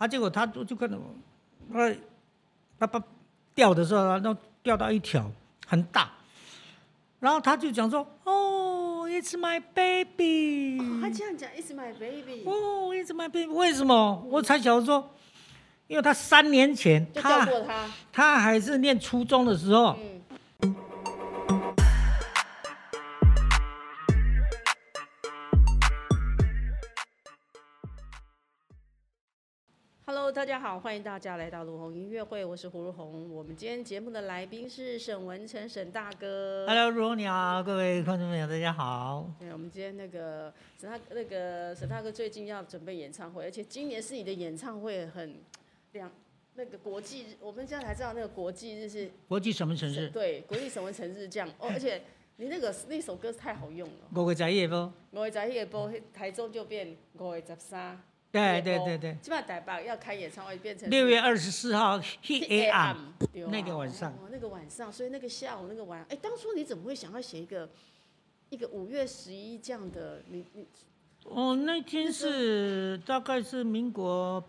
结果他就看到他掉的时候，然后掉到一条很大，然后他就讲说，“Oh, it's my baby。” 他这样讲 ，“It's my baby”。 “Oh, it's my baby”， 为什么？我才想说，因为他3年前就掉过他还是念初中的时候。 Hello， 大家好，欢迎大家来到卢红音乐会，我是胡如红。我们今天节目的来宾是沈文成，沈大哥。 Hello， 如红你好，各位观众朋友，大家好。 对，我们今天沈大哥最近要准备演唱会，而且今年是你的演唱会那个国际日，我们现在才知道那个国际日是国际什么城市？ 对，国际沈文成日这样而且你那首歌太好用了。 5月11号 5月11号台中就变5月13。 对， 基本上台北要开演唱会变成 6月24号AM 那个晚上， 那个晚上，所以那个下午那个晚上，当初你怎么会想要写一个5月11这样的那天是大概是民国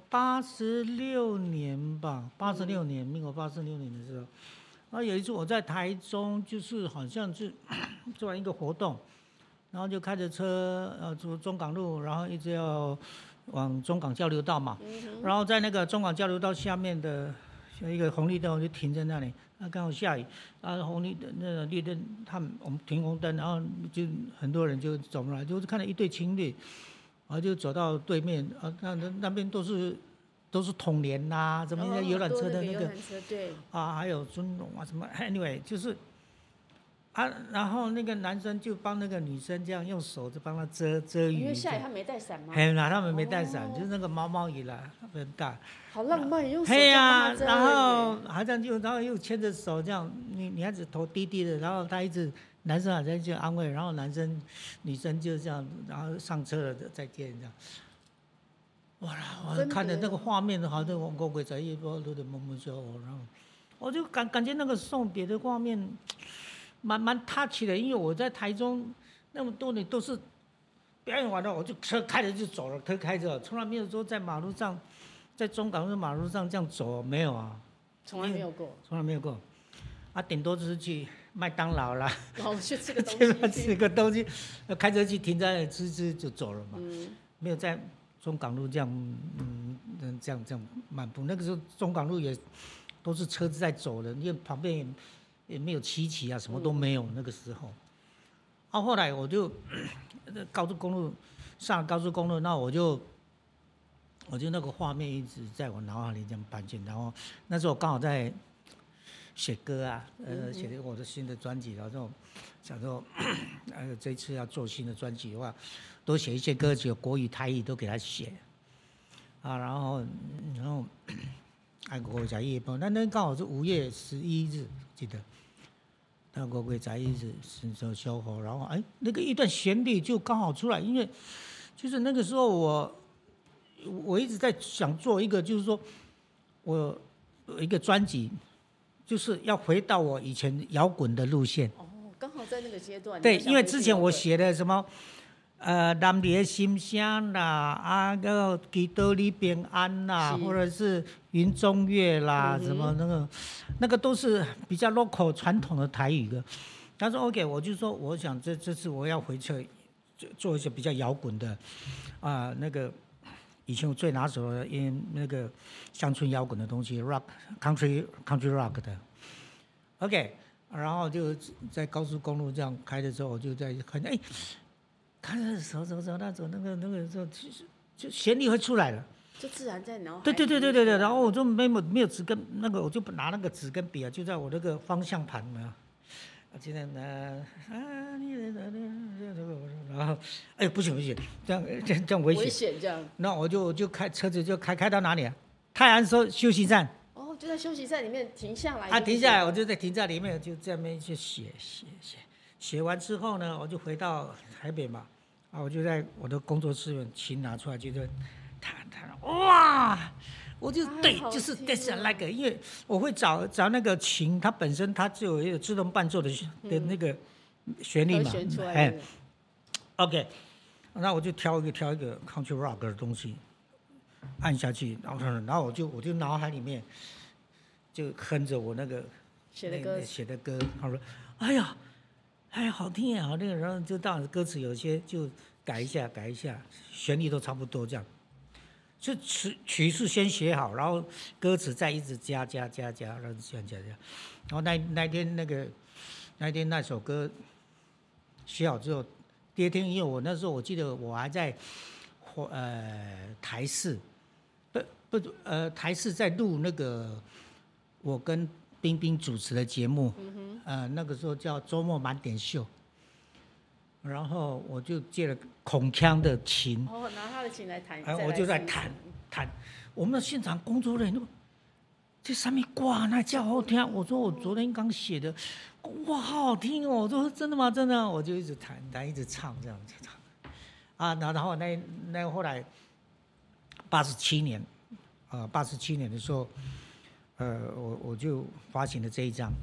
86年吧，86年，民国86年的时候，然后有一次我在台中，就是好像是做完一个活动，然后就开着车从中港路，然后一直要往中港交流道嘛，然后在那个中港交流道下面的一个红绿灯，我就停在那里。刚好下雨，红绿灯那个绿灯，我们停红灯，然后就很多人就走过来，就是看到一对情侣，然后就走到对面，那边都是统联呐，什么游览车的那个， 对， 还有尊龙什么 ，anyway 就是。然后那个男生就帮那个女生这样用手就帮她遮雨， 因为下雨他没带伞吗？ 他们没带伞，就是那个毛雨啦，很大。 好浪漫，用手这样帮她遮雨。 然后好像然后又牵着手这样，女孩子头低低的，然后男生好像就安慰，然后女生就这样，然后上车了再见这样。哇，我看的那个画面好像5月11号都得蒙笑，然后我就感觉那个送别的画面。蛮 touch 的，因为我在台中那么多年都是表演完了我就车开着就走了，车开着，从来没有说在马路上，在中港的马路上这样走，没有啊， 从来没有过， 顶多就是去麦当劳啦， 去吃个东西， 吃个东西，开车去停在那里吃就走了嘛，没有在中港路这样这样漫步。那个时候中港路也都是车子在走的，因为旁边也没有七期啊，什么都没有。那个时候，后来我就高速公路上了高速公路，那我就那个画面一直在我脑海里这样盘旋。然后那时候我刚好在写歌啊，写我的新的专辑，然后想说，这次要做新的专辑的话，多写一些歌曲，国语、台语都给他写然后5月11号，那刚好是5月11日，记得。那5月11日神州消火，然后那个一段旋律就刚好出来，因为就是那个时候我一直在想做一个，就是说我有一个专辑，就是要回到我以前摇滚的路线。 刚好在那个阶段。 对，因为之前我写的什么男儿的心声啦，祈祷你平安啦，或者是云中月啦，什么那个都是比较 local 传统的台语歌。他说 OK， 我就说我想这次我要回去做一些比较摇滚的那个以前我最拿手的那个乡村摇滚的东西 ，rock country rock 的 ，OK， 然后就在高速公路这样开的时候，我就在看开始走那种那个时候，就旋律会出来了， 就自然在脑海。 对，然后我就没有纸跟我就拿那个纸跟笔就在我那个方向盘嘛，现在然后不行，这样危险这样。 那我就开车子就开到哪里啊？泰安休息站。 就在休息站里面停下来。 停下来，我就在停在里面，就在那边就写完之后呢，我就回到台北嘛，我就在我的工作室琴拿出来，就弹，哇，我就对，就是 that's like， 因为我会找那个琴，它本身它就有一个自动伴奏的那个旋律嘛，OK， 那我就挑一个 country rock 的东西， 按下去，然后我就脑海里面就哼着我那个写的歌，他说：“哎呀，好听呀，好听。”然后就当然歌词有些就改一下，旋律都差不多这样。就曲是先写好，然后歌词再一直加，然后这样加。然后那天那首歌写好之后，第二天因为我那时候我记得我还在台视，台视在录那个我跟冰冰主持的节目，那个时候叫周末满点秀。然后我就借了孔锵的琴， 拿他的琴来弹， 我就在弹。我们的现场工作人员这上面挂那叫好听，我说我昨天刚写的，哇，好好听哦！我说真的吗？真的，我就一直弹，一直唱这样子唱。然后那后来87年，87年的时候，我就发行了这一张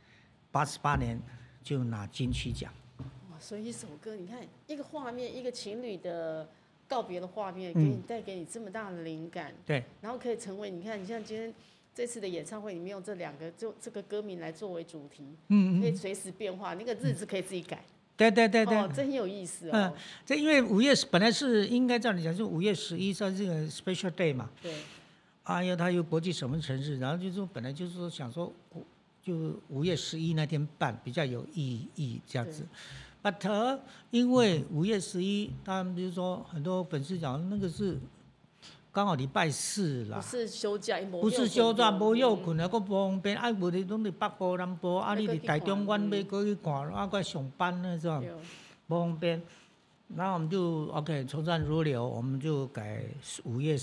，88年就拿金曲奖。 所以一首歌，你看一个画面，一个情侣的告别的画面，带给你这么大的灵感， 对， 然后可以成为你看，你像今天这次的演唱会里面用这2个就这个歌名来作为主题，可以随时变化，那个日子可以自己改， 对， 这很有意思哦。 这因为本来是应该照理讲是5月11是这个 special day 嘛， 对， 因为它有国际什么城市，然后就是说本来就是说想说就5月11那天办比较有意义这样子。But 因为5月11，他们就是说很多粉丝讲那个是刚好礼拜4啦， 不是休假， 不是休假，无休困啊，佫无方便，无你拢伫北部南部，你伫台中县要过去看，佫上班呢是吧？不方便。然后我们就 OK 从善如流，我们就改5月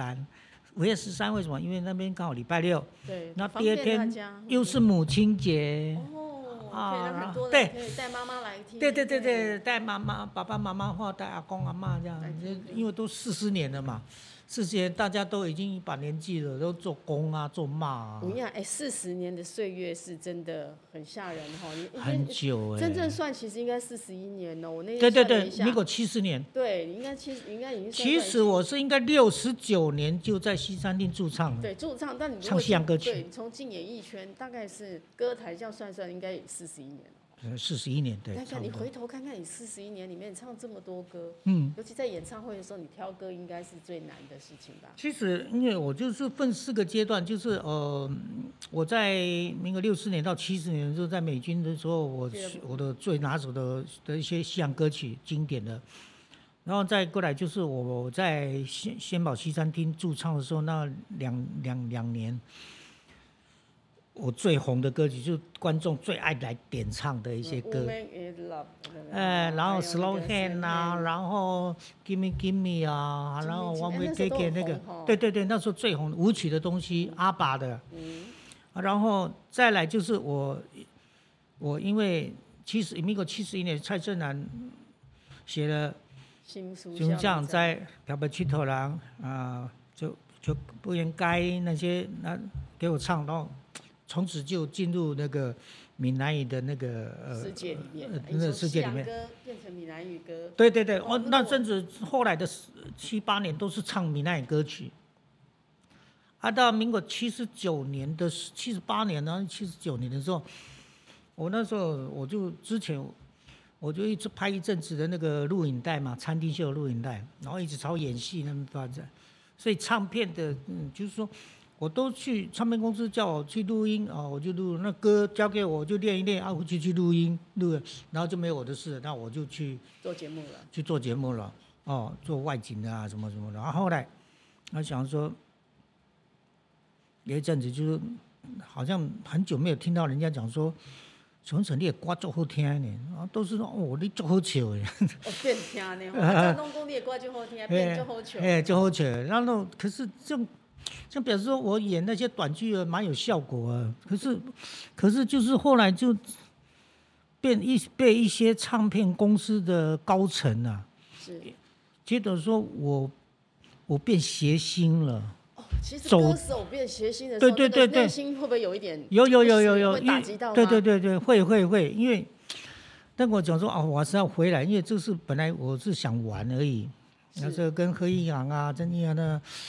13。5月13为什么？因为那边刚好礼拜6， 对， 那第二天又是母亲节。 可以让很多人可以带妈妈来听。 对，带妈妈、爸爸妈妈或带阿公阿嬷这样，因为都40年了嘛，40年大家都已经一把年纪了，都做工啊，做骂啊。 我跟你讲，40年的岁月是真的很吓人哈， 很久真正算其实应该41年哦，我那天算了一下，民国70年。 对，应该已经。 其实我是应该69年就在西餐厅驻唱了。 对，驻唱，但你唱西洋歌曲。 对，从进演艺圈大概是歌台这样算应该也41年了。 41年，对。 但你回头看看，你41年里面唱这么多歌，尤其在演唱会的时候，你挑歌应该是最难的事情吧？ 其实，因为我就是分4个阶段，就是我在民国60年到70年的时候，在美军的时候，我的最拿手的一些西洋歌曲经典的，然后再过来就是我在仙宝西餐厅驻唱的时候，那两年。我最红的歌曲就是观众最爱来点唱的一些歌，然后 Slow Hand 啊，然后 Gimme Gimme 啊，然后 One Way Ticket 那个，对，那时候最红舞曲的东西，阿爸的，然后再来就是我因为民国71年蔡振南写了《形象在漂泊去头狼》就不应该那些给我唱到。从此就进入那个闽南语的那个世界里面， 那个世界里面， 歌变成闽南语歌。 对，那甚至后来的7、8年都是唱闽南语歌曲。到民国78年的79年的时候，我那时候我就一直拍一阵子的那个录影带嘛，餐厅秀的录影带，然后一直朝演戏那边发展，所以唱片的就是说。我都去唱片公司叫我去录音我就录那歌交给我就练一练我就去录音录了，然后就没有我的事了，那我就去做节目了做外景啊什么什么的。然后后来他想说有一阵子就是好像很久没有听到人家讲说熊城你的歌很好听呢，都是说你很好笑的。 变听呢，弄讲你的歌很好听，变很好笑。 很好笑。然后可是像表示说我演那些短剧蛮有效果啊，可是就是后来就被一些唱片公司的高层觉得说我变邪心了。 其实歌手变邪心的时候， 对， 内心会不会有一点有会打击到吗？ 对，会，因为但我讲说我还是要回来，因为这是本来我是想玩而已。那时候跟何一航啊、曾毅啊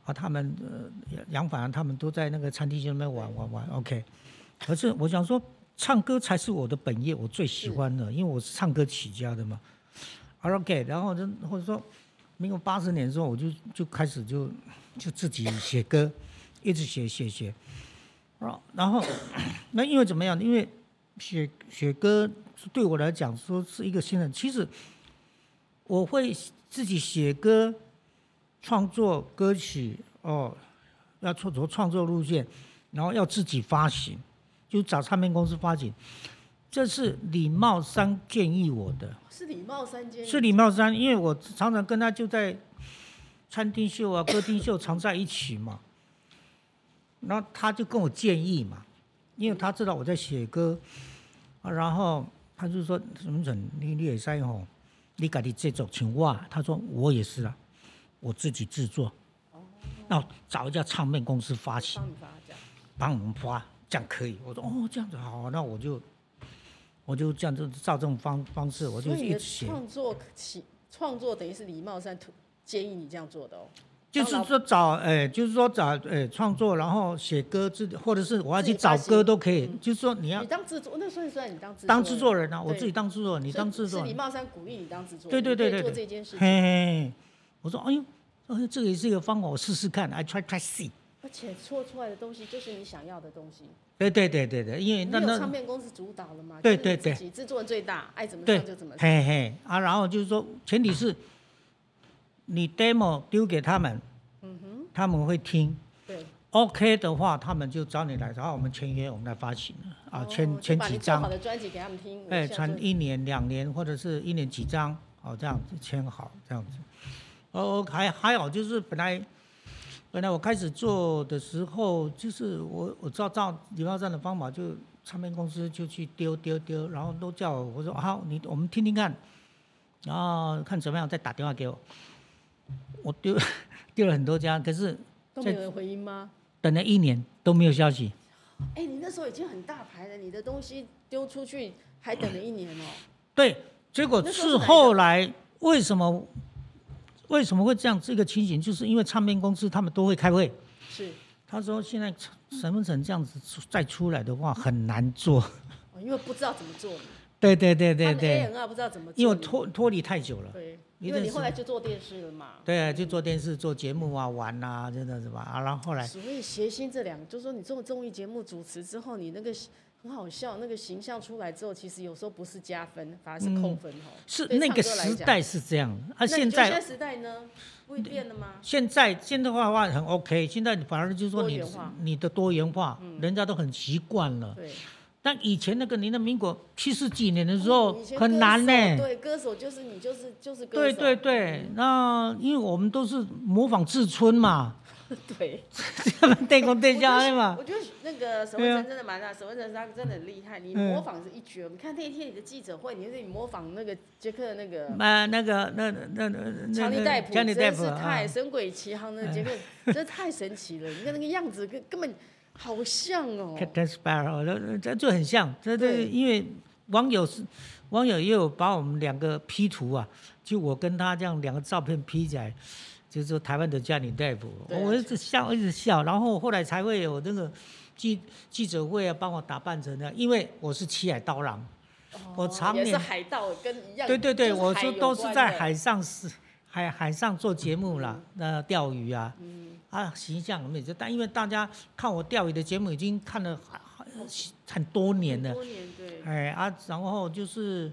他们杨凡他们都在那个餐厅那边玩 ，OK。可是我想说，唱歌才是我的本业，我最喜欢的，因为我是唱歌起家的嘛。OK， 然后或者说，民国80年的时候，我就开始就自己写歌，一直写。然后那因为怎么样？因为写歌对我来讲说是一个新人。其实我会自己写歌、创作歌曲要走创作路线，然后要自己发行，就找唱片公司发行。这是李茂山建议我的。 是李茂山建议？ 是李茂山，因为我常常跟他就在餐厅秀啊、歌厅秀常在一起嘛。然后他就跟我建议嘛，因为他知道我在写歌，然后他就说：“什么你也使吼，你自己制作像我。”他说：“我也是啊，我自己制作，然后找一家唱片公司发行，帮我们发，这样可以。”我说：“哦，这样子好，那我就这样子照这种方式，我就一直写。” 创作等于是李茂山建议你这样做的哦。 就是说找创作，然后写歌，或者是我要去找歌都可以。就是说你当制作，那所以说你当制作人啊，我自己当制作人，你当制作人。 是李茂山鼓励你当制作人， 对， 做这件事情。 嘿，我说哎呦，这个也是一个方法，我试试看 ，I try see。 而且做出来的东西就是你想要的东西。 对，因为那有唱片公司主导了嘛？ 对， 自己制作人最大，爱怎么唱就怎么唱。 然后就是说，前提是你 demo 丢给他们，他们会听， 对 ，OK 的话，他们就找你来，然后我们签约，我们来发行了签几张， 把你做好的专辑给他们听， 传1年、2年，或者是1年几张，这样子签好，这样子。还好，就是本来我开始做的时候，就是我照李茂山的方法，就唱片公司就去丢，然后都叫我说好，我们听听看，然后看怎么样，再打电话给我。我丢了很多家，可是都没有人回音吗？ 等了1年都没有消息。 你那时候已经很大牌了，你的东西丢出去还等了1年哦。 对，结果是后来为什么会这样？这个情形就是因为唱片公司他们都会开会。 是。 他说现在沈文成这样子再出来的话很难做。 因为不知道怎么做嘛。 对。 A&R 不知道怎么做。 因为脱离太久了。 对。因为你后来就做电视了嘛。 对，就做电视、做节目啊、玩啊，真的是吧？然后后来。 所以谐星这两个，就是说你做综艺节目主持之后，你那个很好笑，那个形象出来之后，其实有时候不是加分，反而是扣分哦。 是那个时代是这样的，现在时代呢，不会变了吗？ 现在的话很 OK， 现在反而就是说你的多元化，人家都很习惯了。 对。 但以前您的民国70几年的时候很难呢。 对，歌手就是你就是歌手。对，那因为我们都是模仿志春嘛。 对。 对公对家的嘛。 我觉得那个沈文成真的蛮大，沈文成他真的很厉害，你模仿是一绝。你看那天你的记者会，你模仿那个杰克的那个。强尼戴普，真的是太神鬼奇航的杰克，真的太神奇了。你看那个样子根本。好像哦 ，Captain Sparrow， 这就很像，因为网友也有把我们2个 P 图啊，就我跟他这样2个照片 P 起来，就是说台湾的嘉尼戴普，我一直笑，然后后来才会有那个记者会啊，帮我打扮成那样，因为我是七海刀郎，我常年也是海盗跟一样， 对，我说都是在海上做节目啦，钓鱼啊。形象很美，但因为大家看我钓鱼的节目已经看了很多年了， 对。 然后就是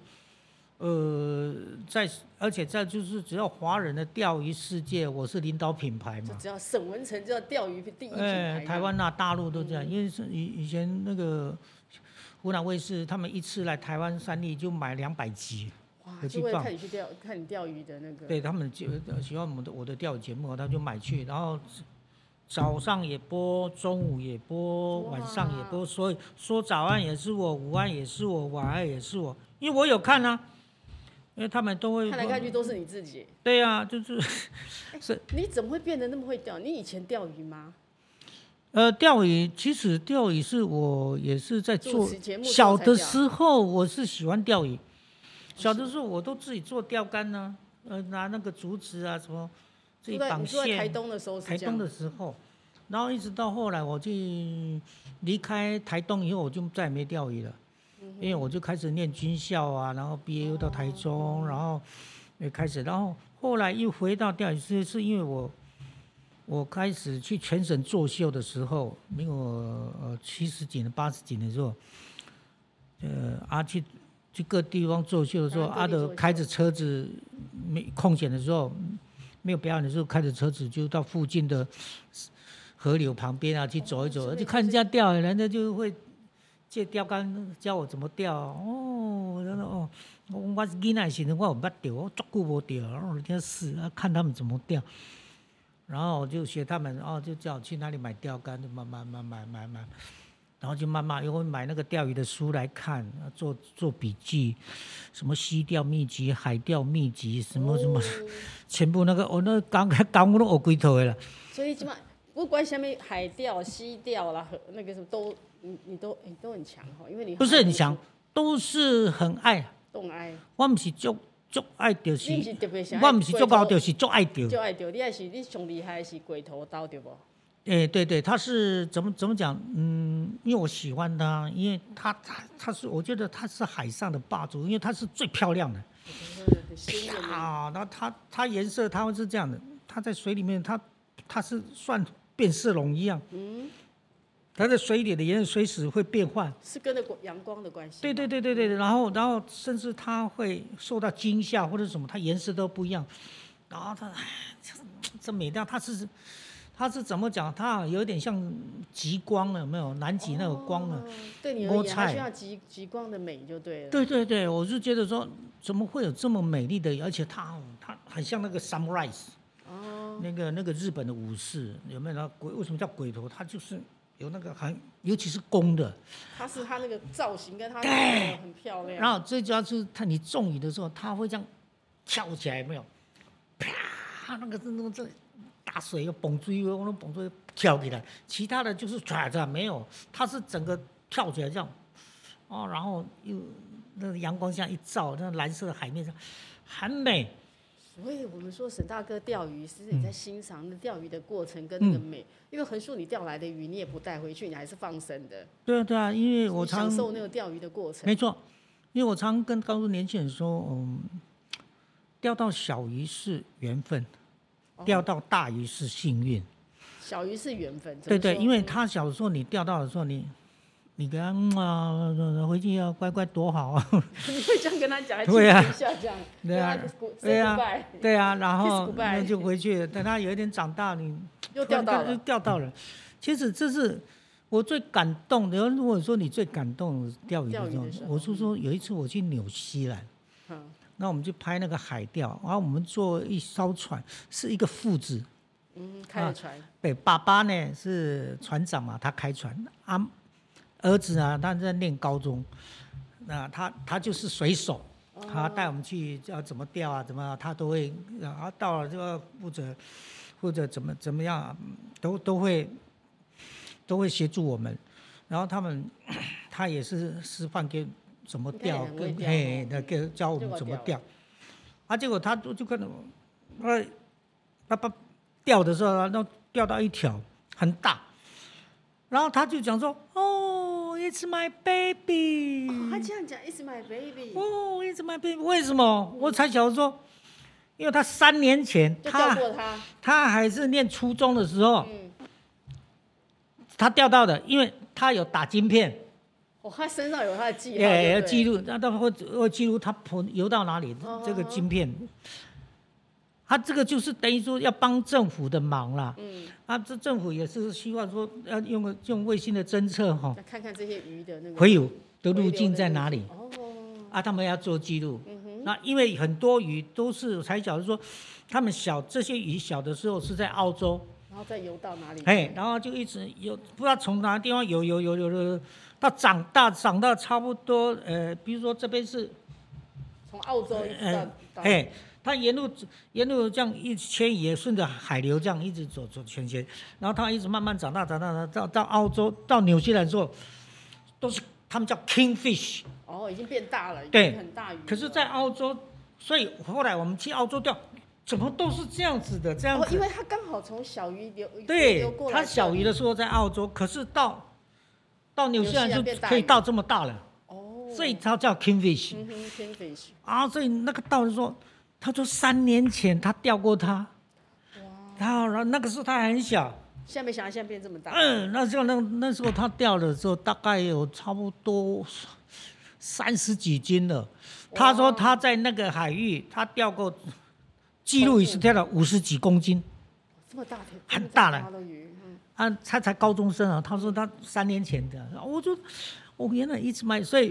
而且在就是只要华人的钓鱼世界，我是领导品牌嘛。 只要沈文成就要钓鱼第一品牌。 台湾大陆都这样，因为是以前那个湖南卫视，他们一次来台湾3例就买200集。 就会看你钓鱼的那个。 对，他们喜欢我的钓鱼节目，他就买去，然后早上也播，中午也播，晚上也播，所以说早安也是我，午安也是我，晚安也是我，因为我有看啊，因为他们都会看来看去都是你自己。 对啊，就是你怎么会变得那么会钓？你以前钓鱼吗？ 其实钓鱼是我也是在做，小的时候我是喜欢钓鱼。小的时候我都自己做钓竿呢，拿那个竹子啊什么， 这一绑线。 在台东的时候是这样。 台东的时候，然后一直到后来我去离开台东以后，我就再也没钓鱼了，因为我就开始念军校啊，然后毕业又到台中，然后也开始，然后后来又回到钓鱼，是因为我开始去全省作秀的时候，民国70几年、80几年的时候，去各地方作秀的时候，都开着车子，没空闲的时候，没有表演的时候，开着车子就到附近的河流旁边啊去走一走，就看人家钓，人家就会借钓竿教我怎么钓。我是囡仔时我有捌钓，我足久无钓，我就试看他们怎么钓。然后我就学他们，就叫我去哪里买钓竿，就慢慢买，然后就慢慢又会买那个钓鱼的书来看，做笔记，什么溪钓秘籍、海钓秘籍，什么，全部那个那刚我都学几套的了。 所以起码不管什么海钓、溪钓啦，那个什么都你都很强哈，因为你不是很强，都是很爱。 都很爱。 我不是足爱钓，是我不是足高钓，是足爱钓。 足爱钓，你上厉害是龟头刀对不？ 对，他是怎么讲？因为我喜欢他，因为他是，我觉得他是海上的霸主，因为他是最漂亮的。然后它颜色它会是这样的，它在水里面它是算变色龙一样。它在水里的颜色随时会变换， 是跟着阳光的关系。 对，然后甚至它会受到惊吓或者什么，它颜色都不一样。然后这美调，它是怎么讲？它有点像极光了，有没有？南极那个光了。 对你而言，它需要极光的美就对了。 对，我是觉得说，怎么会有这么美丽的？而且它很像那个 sunrise。那个日本的武士有没有？为什么叫鬼头？它就是有那个尤其是公的。 它那个造型跟它那个很漂亮。 然后最主要是你中鱼的时候，它会这样跳起来，有没有？啪，那个大水又蹦水，我那蹦水跳起来，其他的就是唰没有，它是整个跳起来这样，然后又那个阳光下一照，那蓝色的海面上很美。 所以我们说沈大哥钓鱼是你在欣赏那钓鱼的过程跟那个美，因为横竖你钓来的鱼你也不带回去，你还是放生的。 对啊，因为我享受那个钓鱼的过程。 没错，因为我常告诉年轻人说，钓到小鱼是缘分。钓到大鱼是幸运， 小鱼是缘分。 对，因为他小的时候你钓到的时候，你给他回去要乖乖躲好啊。 你会这样跟他讲，还对啊，这样对啊，然后那就回去，等他有一点长大，你又钓到了。其实这是我最感动的。如果说你最感动的钓鱼的时候，我是说有一次我去纽西兰。那我们就拍那个海钓，然后我们坐一艘船，是一个父子， 开的船。 对，爸爸呢是船长嘛，他开船儿子啊，他在念高中，那他就是水手，他带我们去要怎么钓啊，怎么他都会，然后到了这个或者怎么样，都会协助我们，然后他也是示范给。怎么钓？教我们怎么钓。结果他就看到，他钓的时候，然后钓到一条很大，然后他就讲说：“It's my baby。” 他这样讲 ，“It's my baby”。 “It's my baby”。为什么？我才晓得说，因为他3年前他还是念初中的时候，他钓到的，因为他有打晶片。 他身上有他的记号，要记录，那会记录他游到哪里，这个晶片，他这个就是等于说要帮政府的忙啦。这政府也是希望说要用卫星的侦测看看这些鱼的那个回游的路径在哪里。他们要做记录。那因为很多鱼都是才晓得说，他们这些鱼小的时候是在澳洲， 然后再游到哪里？ 然后就一直游，不知道从哪个地方游。到长大差不多，比如说这边是从澳洲一直到， 他沿路这样一牵也顺着海流这样一直走圈，然后他一直慢慢长大，到澳洲到纽西兰之后，都是他们叫 kingfish。 已经变大了， 对， 很大鱼。 可是，在澳洲，所以后来我们去澳洲钓， 怎么都是这样子的，这样子。 因为他刚好从小鱼流过来。 他小鱼的时候在澳洲，可是到纽西兰就可以到这么大了。所以它叫 kingfish。所以那个道士说，他说3年前他钓过它。然后那个时候他还很小。 现在没想到现在变这么大。 那时候他钓的时候大概有差不多30几斤了。他说他在那个海域他钓过，记录也是钓了50几公斤。 这么大， 很大了。他才高中生啊。他说他3年前的。我原来 It's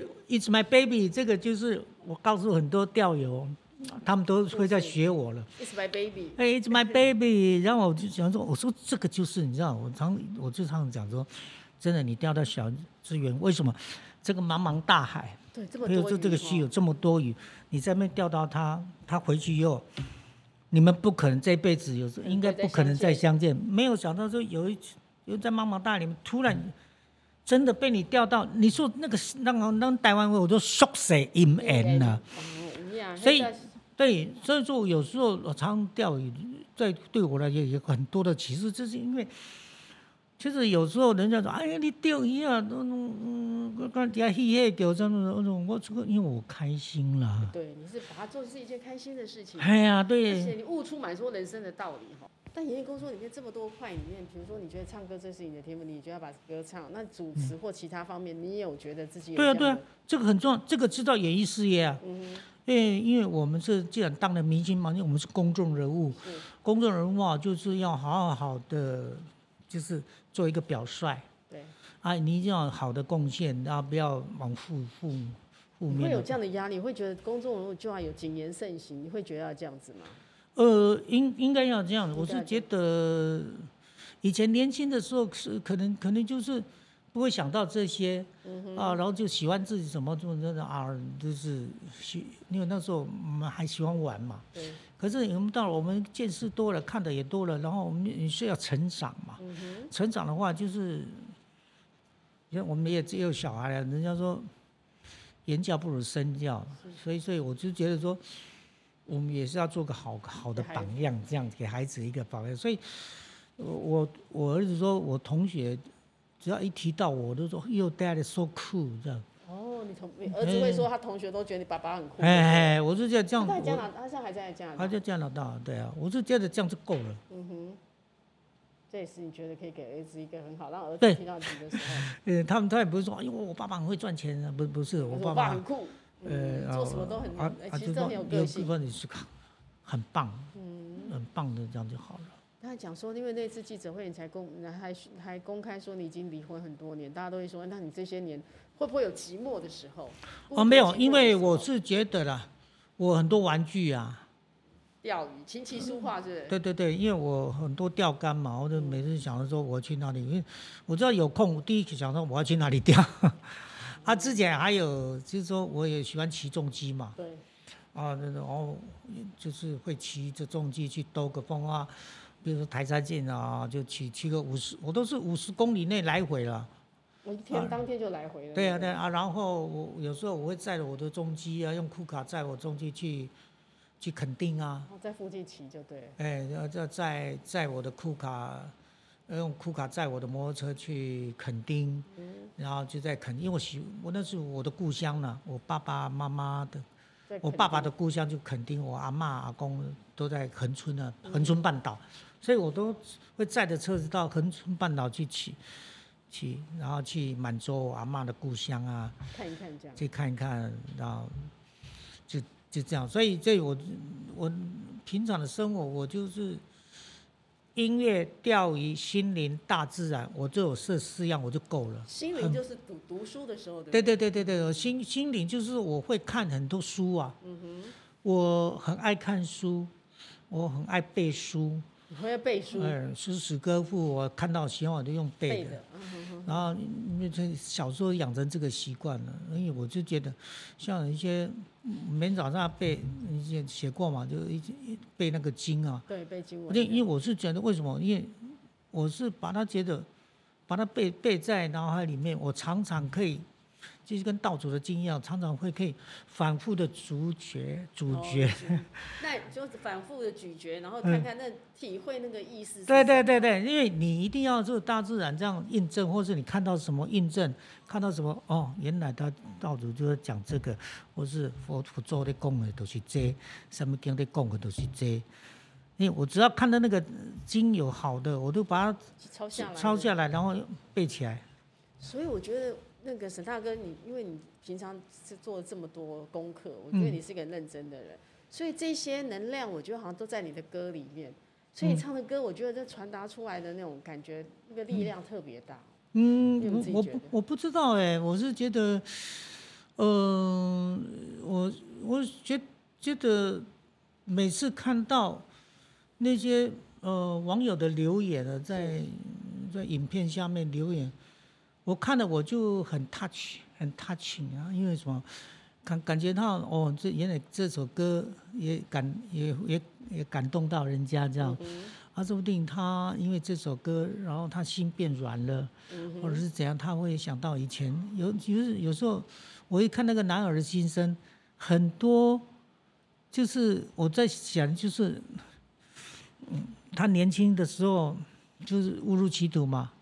my baby， 这个就是我告诉很多钓友，他们都会在学我了。 It's my baby。 It's my baby。然后我就想说，我说这个就是你知道，我就常讲说，真的你钓到小资源，为什么这个茫茫大海， 对，这么多鱼， 这个溪有这么多鱼，你在那边钓到它回去以后，你们不可能这辈子应该不可能再相见。没有想到说有在茫茫大海里面突然。真的被你钓到，你说那台湾我都缩死阴眼了。所以说有时候我常钓鱼，对我来讲有很多的启示，就是因为其实有时候人家说，哎呀，你钓鱼啊，刚底下戏钓这种，因为我开心啦。 对，你是把它做是一件开心的事情。 哎呀，对。 而且你悟出蛮多人生的道理哈。但演艺工作里面这么多块里面，比如说你觉得唱歌这是你的天赋，你就要把歌唱，那主持或其他方面，你也有觉得自己有这样的。 对啊，这个很重要，这个知道演艺事业啊。因为我们既然当了明星嘛，因为我们是公众人物，公众人物啊，就是要好的，就是做一个表率。 对。 你一定要好的贡献，然后不要往负面。 你会有这样的压力，会觉得公众人物就要有谨言慎行，你会觉得要这样子吗？ 应该要这样。我是觉得以前年轻的时候是可能就是不会想到这些，然后就喜欢自己什么就是因为那时候我们还喜欢玩嘛。 对。 可是我们见识多了，看的也多了，然后我们是要成长嘛。成长的话就是，我们也只有小孩了，人家说言教不如身教，所以我就觉得说。我们也是要做个好的榜样，这样给孩子一个榜样。所以我儿子说，我同学只要一提到我都说 ，Your dad is so cool 这样。 你儿子会说他同学都觉得你爸爸很酷。 我是这样。他现在还在加拿大。 他在加拿大，对啊，我是觉得这样就够了。 这也是你觉得可以给儿子一个很好，让儿子听到你的时候。 他也不是说，因为我爸爸很会赚钱啊，不是，我爸很酷。做什么都很其实都很有个性。 你是很棒，很棒的，这样就好了。 他讲说，因为那次记者会，你还公开说你已经离婚很多年，大家都会说，那你这些年会不会有寂寞的时候？ 没有，因为我是觉得啦，我很多玩具啊， 钓鱼，琴棋书画是不是？对，因为我很多钓竿嘛，我就每次想着说我要去哪里，因为我知道有空，我第一想说我要去哪里钓。之前还有就是说我也喜欢骑重机嘛， 对， 就是会骑着重机去兜个风啊，比如说台山线啊，就骑个50，我都是50公里内来回了。 我一天当天就来回了。 对啊，然后我有时候我会载着我的重机啊，用库卡载我重机去垦丁啊。 在附近骑就对了。 要载我的库卡。用库卡载我的摩托车去垦丁，然后就在垦丁，因为我那是我的故乡呢，我爸爸妈妈的，我爸爸的故乡就垦丁，我阿嬷阿公都在恒春啊，恒春半岛，所以我都会载着车子到恒春半岛去骑，然后去满洲我阿嬷的故乡啊， 看一看这样， 去看一看，然后就这样，所以我平常的生活我就是。音乐、钓鱼、心灵、大自然，我就有这4样我就够了。 心灵就是读书的时候， 对，心灵就是我会看很多书啊。我很爱看书，我很爱背书。 你会背书？ 诗词歌赋，我看到喜欢我就用背的。然后小时候养成这个习惯了，因为我就觉得，像一些每天早上背，以前写过嘛，就背那个经啊。 对，背经文。 因为我是觉得为什么？因为我是把它背在脑海里面，我常常可以就是跟道主的经一样，常常可以反复的咀嚼， 那就反复的咀嚼，然后看看那体会那个意思。 对，因为你一定要做大自然这样印证，或是你看到什么印证，看到什么原来他道主就在讲这个，或是佛祖在讲的都是这，什么经在讲的都是这。因为我只要看到那个经有好的，我都把它抄下来，然后背起来。 所以我觉得那个沈大哥，因为你平常是做了这么多功课，我觉得你是个很认真的人，所以这些能量，我觉得好像都在你的歌里面。所以你唱的歌，我觉得这传达出来的那种感觉，那个力量特别大。 我不知道我是觉得，我觉得每次看到那些网友的留言呢，在影片下面留言，我看了我就很 touching 啊，因为什么？感觉到原来这首歌也感动到人家这样，说不定他因为这首歌，然后他心变软了，或者是怎样，他会想到以前有时候我一看那个男儿的心声，很多就是我在想，就是他年轻的时候就是误入歧途嘛，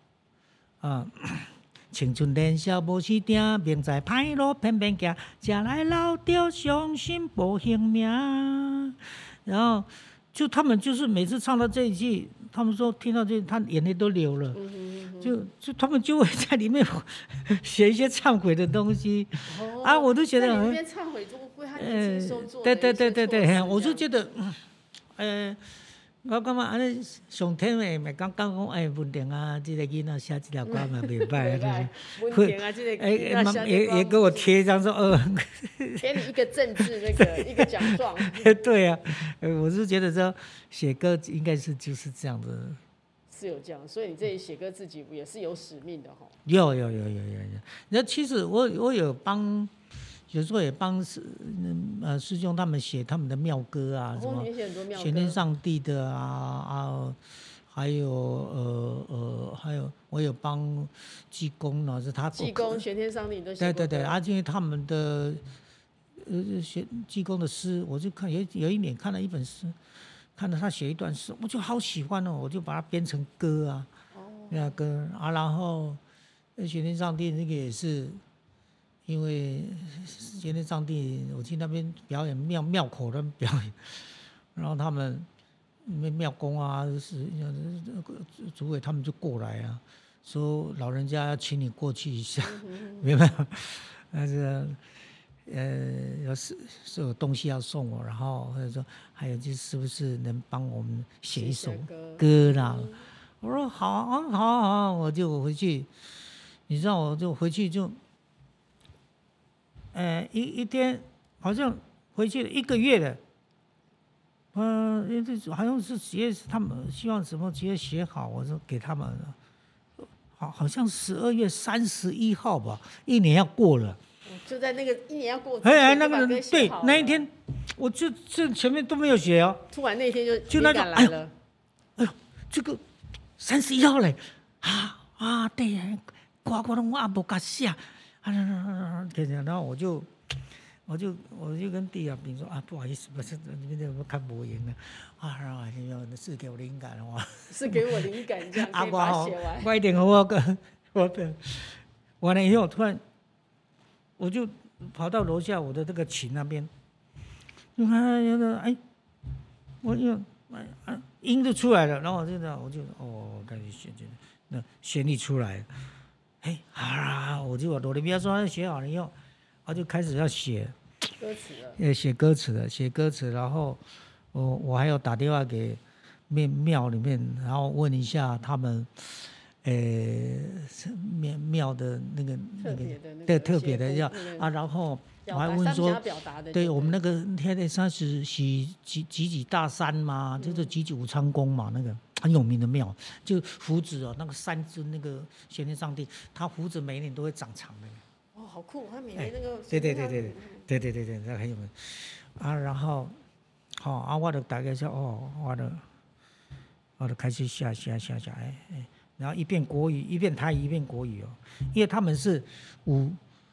青春年少无时定，明知歹路偏偏行，吃来老着伤心无性命。然后就他们就是每次唱到这一句，他们说听到这，他眼泪都流了。就他们就会在里面写一些忏悔的东西。我都觉得在里面忏悔中为他年轻时候做的一些错事。 对，我就觉得，我感觉安尼上天的咪讲文婷啊，这个囡仔写这条歌嘛袂歹， 文婷啊，这个囡仔写这也给我贴一张说给你一个政治那个一个奖状。 对啊，我是觉得说写歌应该就是这样的。 是有这样，所以你这里写歌自己也是有使命的哈。 有。那其实我有帮。有时候也帮师兄他们写他们的庙歌啊，什么玄天上帝的啊，还有我有帮济公呢，是他济公玄天上帝都写过。 对，因为他们的济公的诗，我就看有一年看了一本诗，看到他写一段诗，我就好喜欢我就把它编成歌啊，那歌啊，然后玄天上帝那个也是。因为玄天上帝，我去那边表演庙口的表演，然后他们庙公啊，主委他们就过来啊，说老人家要请你过去一下，明白吗？但是是有东西要送我，然后或者说还有就是不是能帮我们写一首歌啦？我说好，我就回去，你知道我就回去就。一天好像回去了1个月了，好像是他们希望什么节写好，我说给他们了，好像12月31号吧，1年要过了， 就在那个1年要过之前， 那个对那一天，我就前面都没有写哦， 突然那一天就灵感来了， 哎呦，这个31号嘞，对，我拢我无甲写。然后我就跟弟斌说不好意思，不是你们看不赢了然后是给我灵感是给我灵感这样可以把它写完。 快一点我完了以后突然我就跑到楼下我的这个琴那边，我音就出来了，然后我就开始写，那旋律出来了。我就罗里比亚说写好了以后，我就开始要写歌词了。 写歌词，然后我还要打电话给庙里面，然后问一下他们，庙的那个特别的要然后我还问说，对我们那个天天山是几大山嘛，就是几武昌宫嘛那个。很有名的庙，就胡子那个3尊那个玄天上帝，他胡子每一年都会长长的。 好酷！他每年那个。 对，那很有名然后我就大概说我就开始写，然后一遍国语，一遍台语，一遍国语因为他们是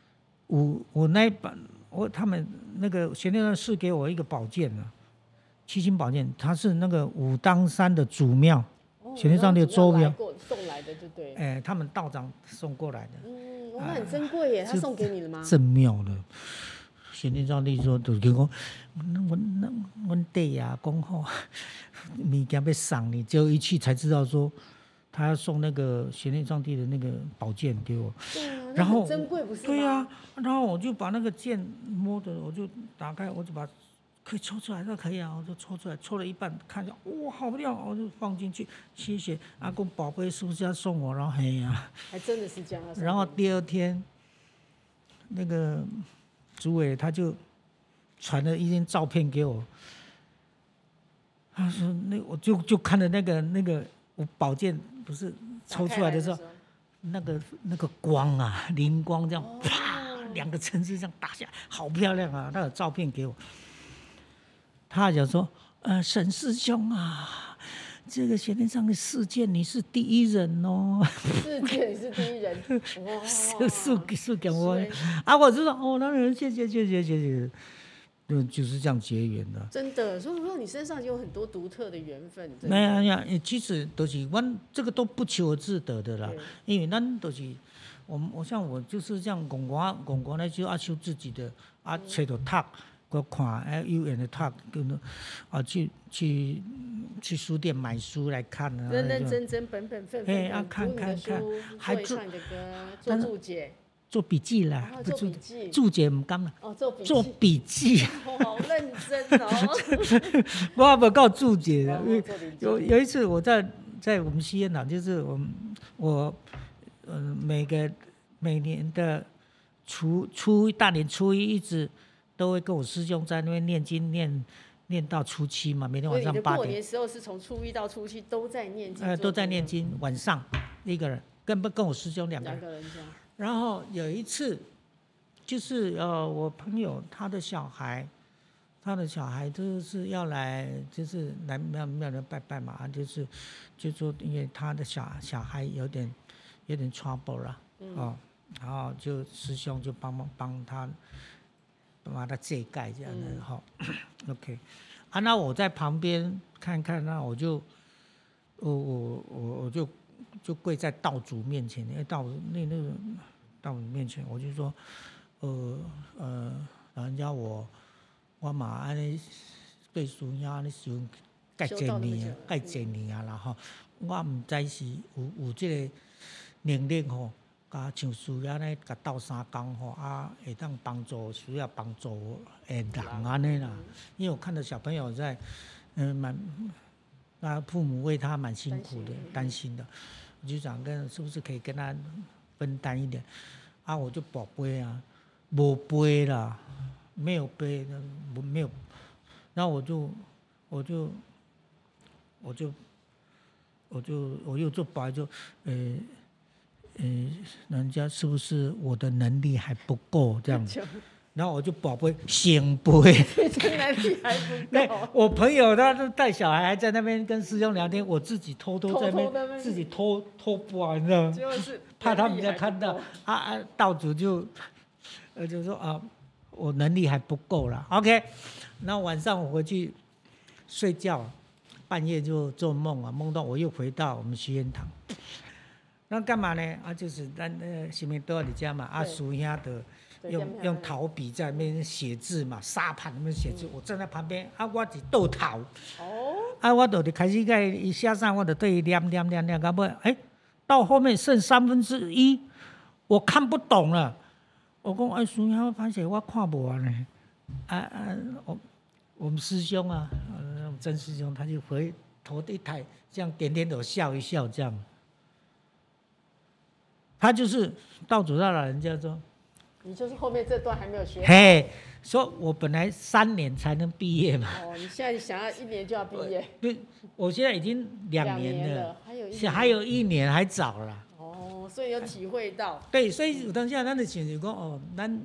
我那一版他们那个玄天上赐给我一个宝剑啊，七星宝剑，它是那个武当山的祖庙，玄天上帝的周庙送来的就对。 他们道长送过来的。 那很珍贵耶，他送给你了吗？ 正妙的。玄天上帝说，就讲，我弟啊，讲好，物件要送你，结果一去才知道说，他要送那个玄天上帝的那个宝剑给我。 对啊， 然后很珍贵不是吗？ 对啊，然后我就把那个剑摸的，我就打开，我就把可以抽出来，那可以啊，我就抽出来，抽了一半，看一下，哇，好亮，我就放进去，谢谢阿公宝贝是不是要送我？然后嘿呀， 还真的是这样。 然后第二天，那个主委他就传了一张照片给我，他说我就看了那个我宝剑不是抽出来的时候，那个光啊，灵光这样啪，2个层次这样打下来，好漂亮啊！他有照片给我，他讲说，沈师兄啊，这个玄天上的世界你是第一人哦， 世界你是第一人，哇， 是给我啊，我就说哦，那人谢谢，就是这样结缘的。真的，所以说你身上有很多独特的缘分。 没呀，其实都是我这个都不求而自得的啦，因为咱都是我像我就是这样讲呢，就要修自己的啊，找到读。我看有缘的读，啊去书店买书来看啊， 认认真本本分分看， 还唱你的歌，做注解。 做笔记啦， 做笔记， 注解唔甘啦。做笔记。 好认真哦。 我也没搞注解的。有一次我在我们西燕堂，就是我每年的大年初一一直都会跟我师兄在那边念经念到初七嘛，每天晚上8点。所以你的过年时候是从初一到初七都在念经？ 都在念经，晚上一个人跟我师兄2个人。然后有一次，就是我朋友他的小孩就是要来，就是来庙里拜拜嘛，就说因为他的小孩有点 trouble 了，然后就师兄就帮他遮盖这样的哈，OK， 啊，那我在旁边看看，那我就就跪在道主面前，因为道主面前，我就说，老人家我嘛安尼对师兄安尼修介侪年啊，然后我唔知是有这个能力吼，甲像师兄安尼甲斗3工吼，啊会当帮助需要帮助的人安尼啦。因为我看到小朋友在，父母为他蛮辛苦的，担心的。我就想是不是可以跟他分担一点啊？我就宝贝啊，没杯啦，没有杯，没有。然后我又做宝，就人家是不是我的能力还不够这样子？然后我就宝贝醒杯， 这能力还不够。 我朋友他带小孩还在那边跟师兄聊天，我自己偷在那边自己偷播，你知道吗？ 就是怕他们家看到道主就说啊，我能力还不够啦。OK， 然后晚上我回去睡觉，半夜就做梦啊，梦到我又回到我们徐元堂。那干嘛呢？就是咱前面都要你家嘛，师兄的。用陶笔在那边写字嘛，沙盘那边写字，我站在旁边我是倒头，我就开始在一下上，我就对念，到尾到后面剩1/3，我看不懂了。我讲师兄，拍摄我看不完呢。我们师兄啊，曾师兄他就回头一抬，这样点点头笑一笑，这样。他就是道主让老人家说。 你就是后面这段还没有学好。 嘿，说我本来3年才能毕业嘛。 你现在想要1年就要毕业？ 对，我现在已经2年了，还有1年还早了。 所以有体会到。 对，所以有当下咱的想就讲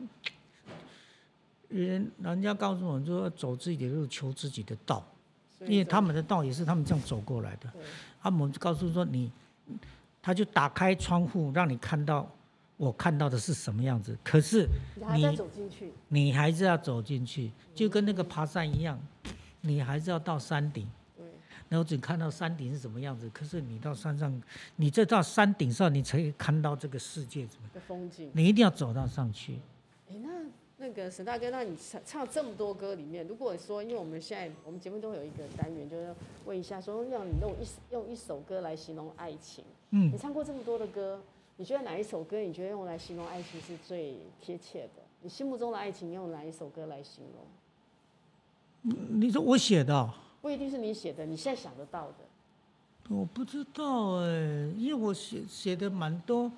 人家告诉我说走自己的路，求自己的道，因为他们的道也是他们这样走过来的。他们告诉说他就打开窗户让你看到。 我看到的是什么样子，可是你还在走进去， 你还是要走进去，就跟那个爬山一样，你还是要到山顶。然后只看到山顶是什么样子，可是你到山上，你再到山顶上，你才可以看到这个世界怎么的风景。 你一定要走到上去。 那个沈大哥，那你唱这么多歌里面，如果说，因为我们现在我们节目都有一个单元，就是问一下，说让你用一首歌来形容爱情。你唱过这么多的歌，你觉得哪一首歌你觉得用来形容爱情是最贴切的？你心目中的爱情用哪一首歌来形容？ 你说我写的？ 不一定是你写的，你现在想得到的。 我不知道因为我写的蛮多，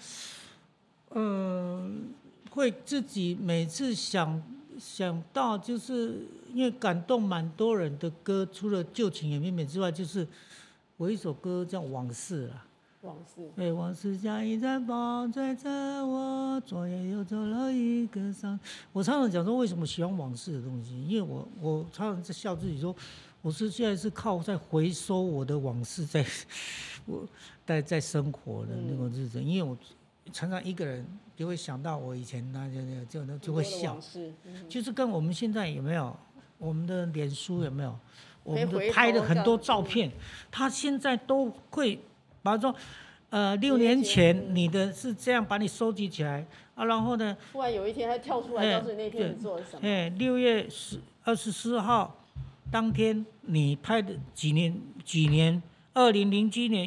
会自己每次想到，就是因为感动蛮多人的歌，除了旧情也绵绵之外，就是我一首歌叫《往事》啦。 往事。 对，往事加一盏宝醉着我，昨夜又走了一个伤。我常常讲说，为什么喜欢往事的东西？因为我常常在笑自己说，我现在是靠在回收我的往事，在生活的那种日子，因为我常常一个人就会想到我以前就会笑，就是跟我们现在有没有我们的脸书有没有，我们拍的很多照片，他现在都会把它说，6年前你的是这样把你收集起来啊，然后呢， 突然有一天他跳出来告诉你那天你做了什么。 6月24号当天你拍的几年，2007年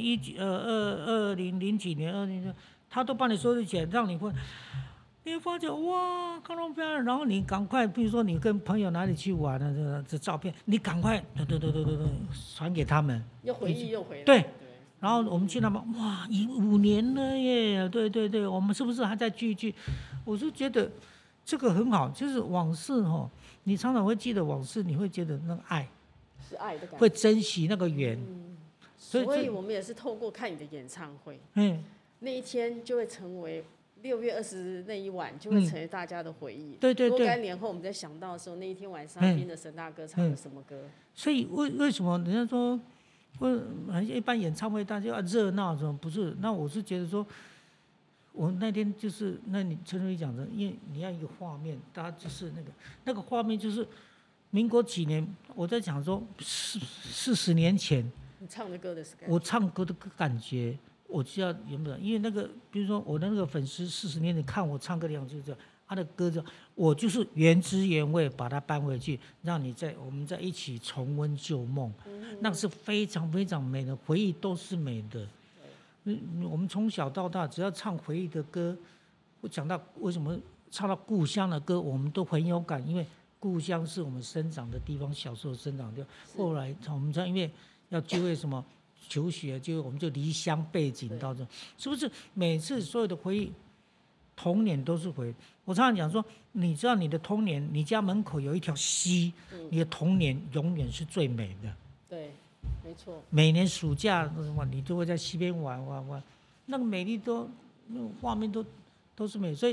2000几年他都帮你收集起来，让你会，你会发觉哇，看到漂亮，然后你赶快，比如说你跟朋友哪里去玩的这照片，你赶快传给他们， 又回忆又回来。 对。然后我们去他们，哇，5年了耶！对，我们是不是还在聚一聚？我就觉得这个很好，就是往事你常常会记得往事，你会觉得那个爱是爱的感觉， 会珍惜那个缘。 所以我们也是透过看你的演唱会，那一天就会成为6月20那一晚就会成为大家的回忆。 对。 若干年后我们在想到的时候，那一天晚上听的沈大哥唱的什么歌？所以为什么人家说？一般演唱会大家要热闹，什么不是？那我是觉得说，我那天就是你陈如意讲的，因为你要一个画面，大家就是那个画面就是民国几年，我在讲说40年前你唱的歌的感觉， 我唱歌的感觉，我就要有没有？因为比如说我的那个粉丝40年前看我唱歌的样子就是这样。他的歌我就是原汁原味把它搬回去，让我们在一起重温旧梦，那是非常非常美的回忆，都是美的。我们从小到大只要唱回忆的歌，我讲到为什么唱到故乡的歌，我们都很有感，因为故乡是我们生长的地方，小时候生长的地方。后来我们因为要就业什么求学，我们就离乡背井到这，是不是每次所有的回忆？童年都是回忆。我常常讲说，你知道你的童年，你家门口有一条溪，你的童年永远是最美的。 对，没错。每年暑假你都会在溪边玩，那个美丽那个画面都是美，所以，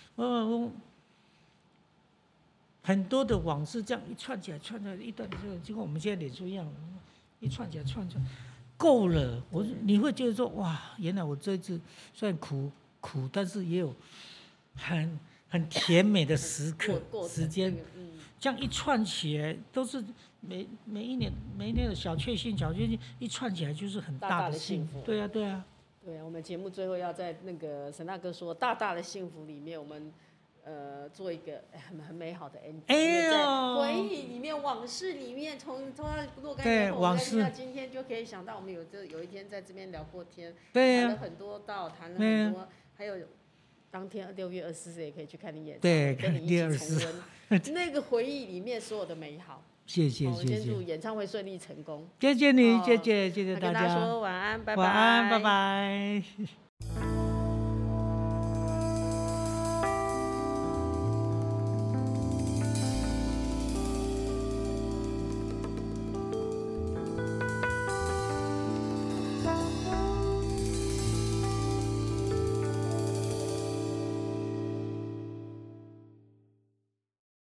很多的往事这样一串起来一段，就跟我们现在脸书一样，一串起来够了。你会觉得说，哇，原来我这一次虽然苦，但是也有很甜美的时间，这样一串起来，都是每一年的小确幸，一串起来就是很大的幸福。对啊。对啊， 我们节目最后要在那个沈大哥说大大的幸福里面，我们做一个很美好的 ending。在回忆里面、往事里面，从若干年后，我们再听到今天，就可以想到我们有一天在这边聊过天，谈了很多谈了很多。还有当天6月24日也可以去看你演唱会，跟你一起重温那个回忆里面所有的美好。 谢谢。 我先祝演唱会顺利成功。 谢谢你，谢谢大家。 跟大家说晚安，拜拜。 晚安，拜拜。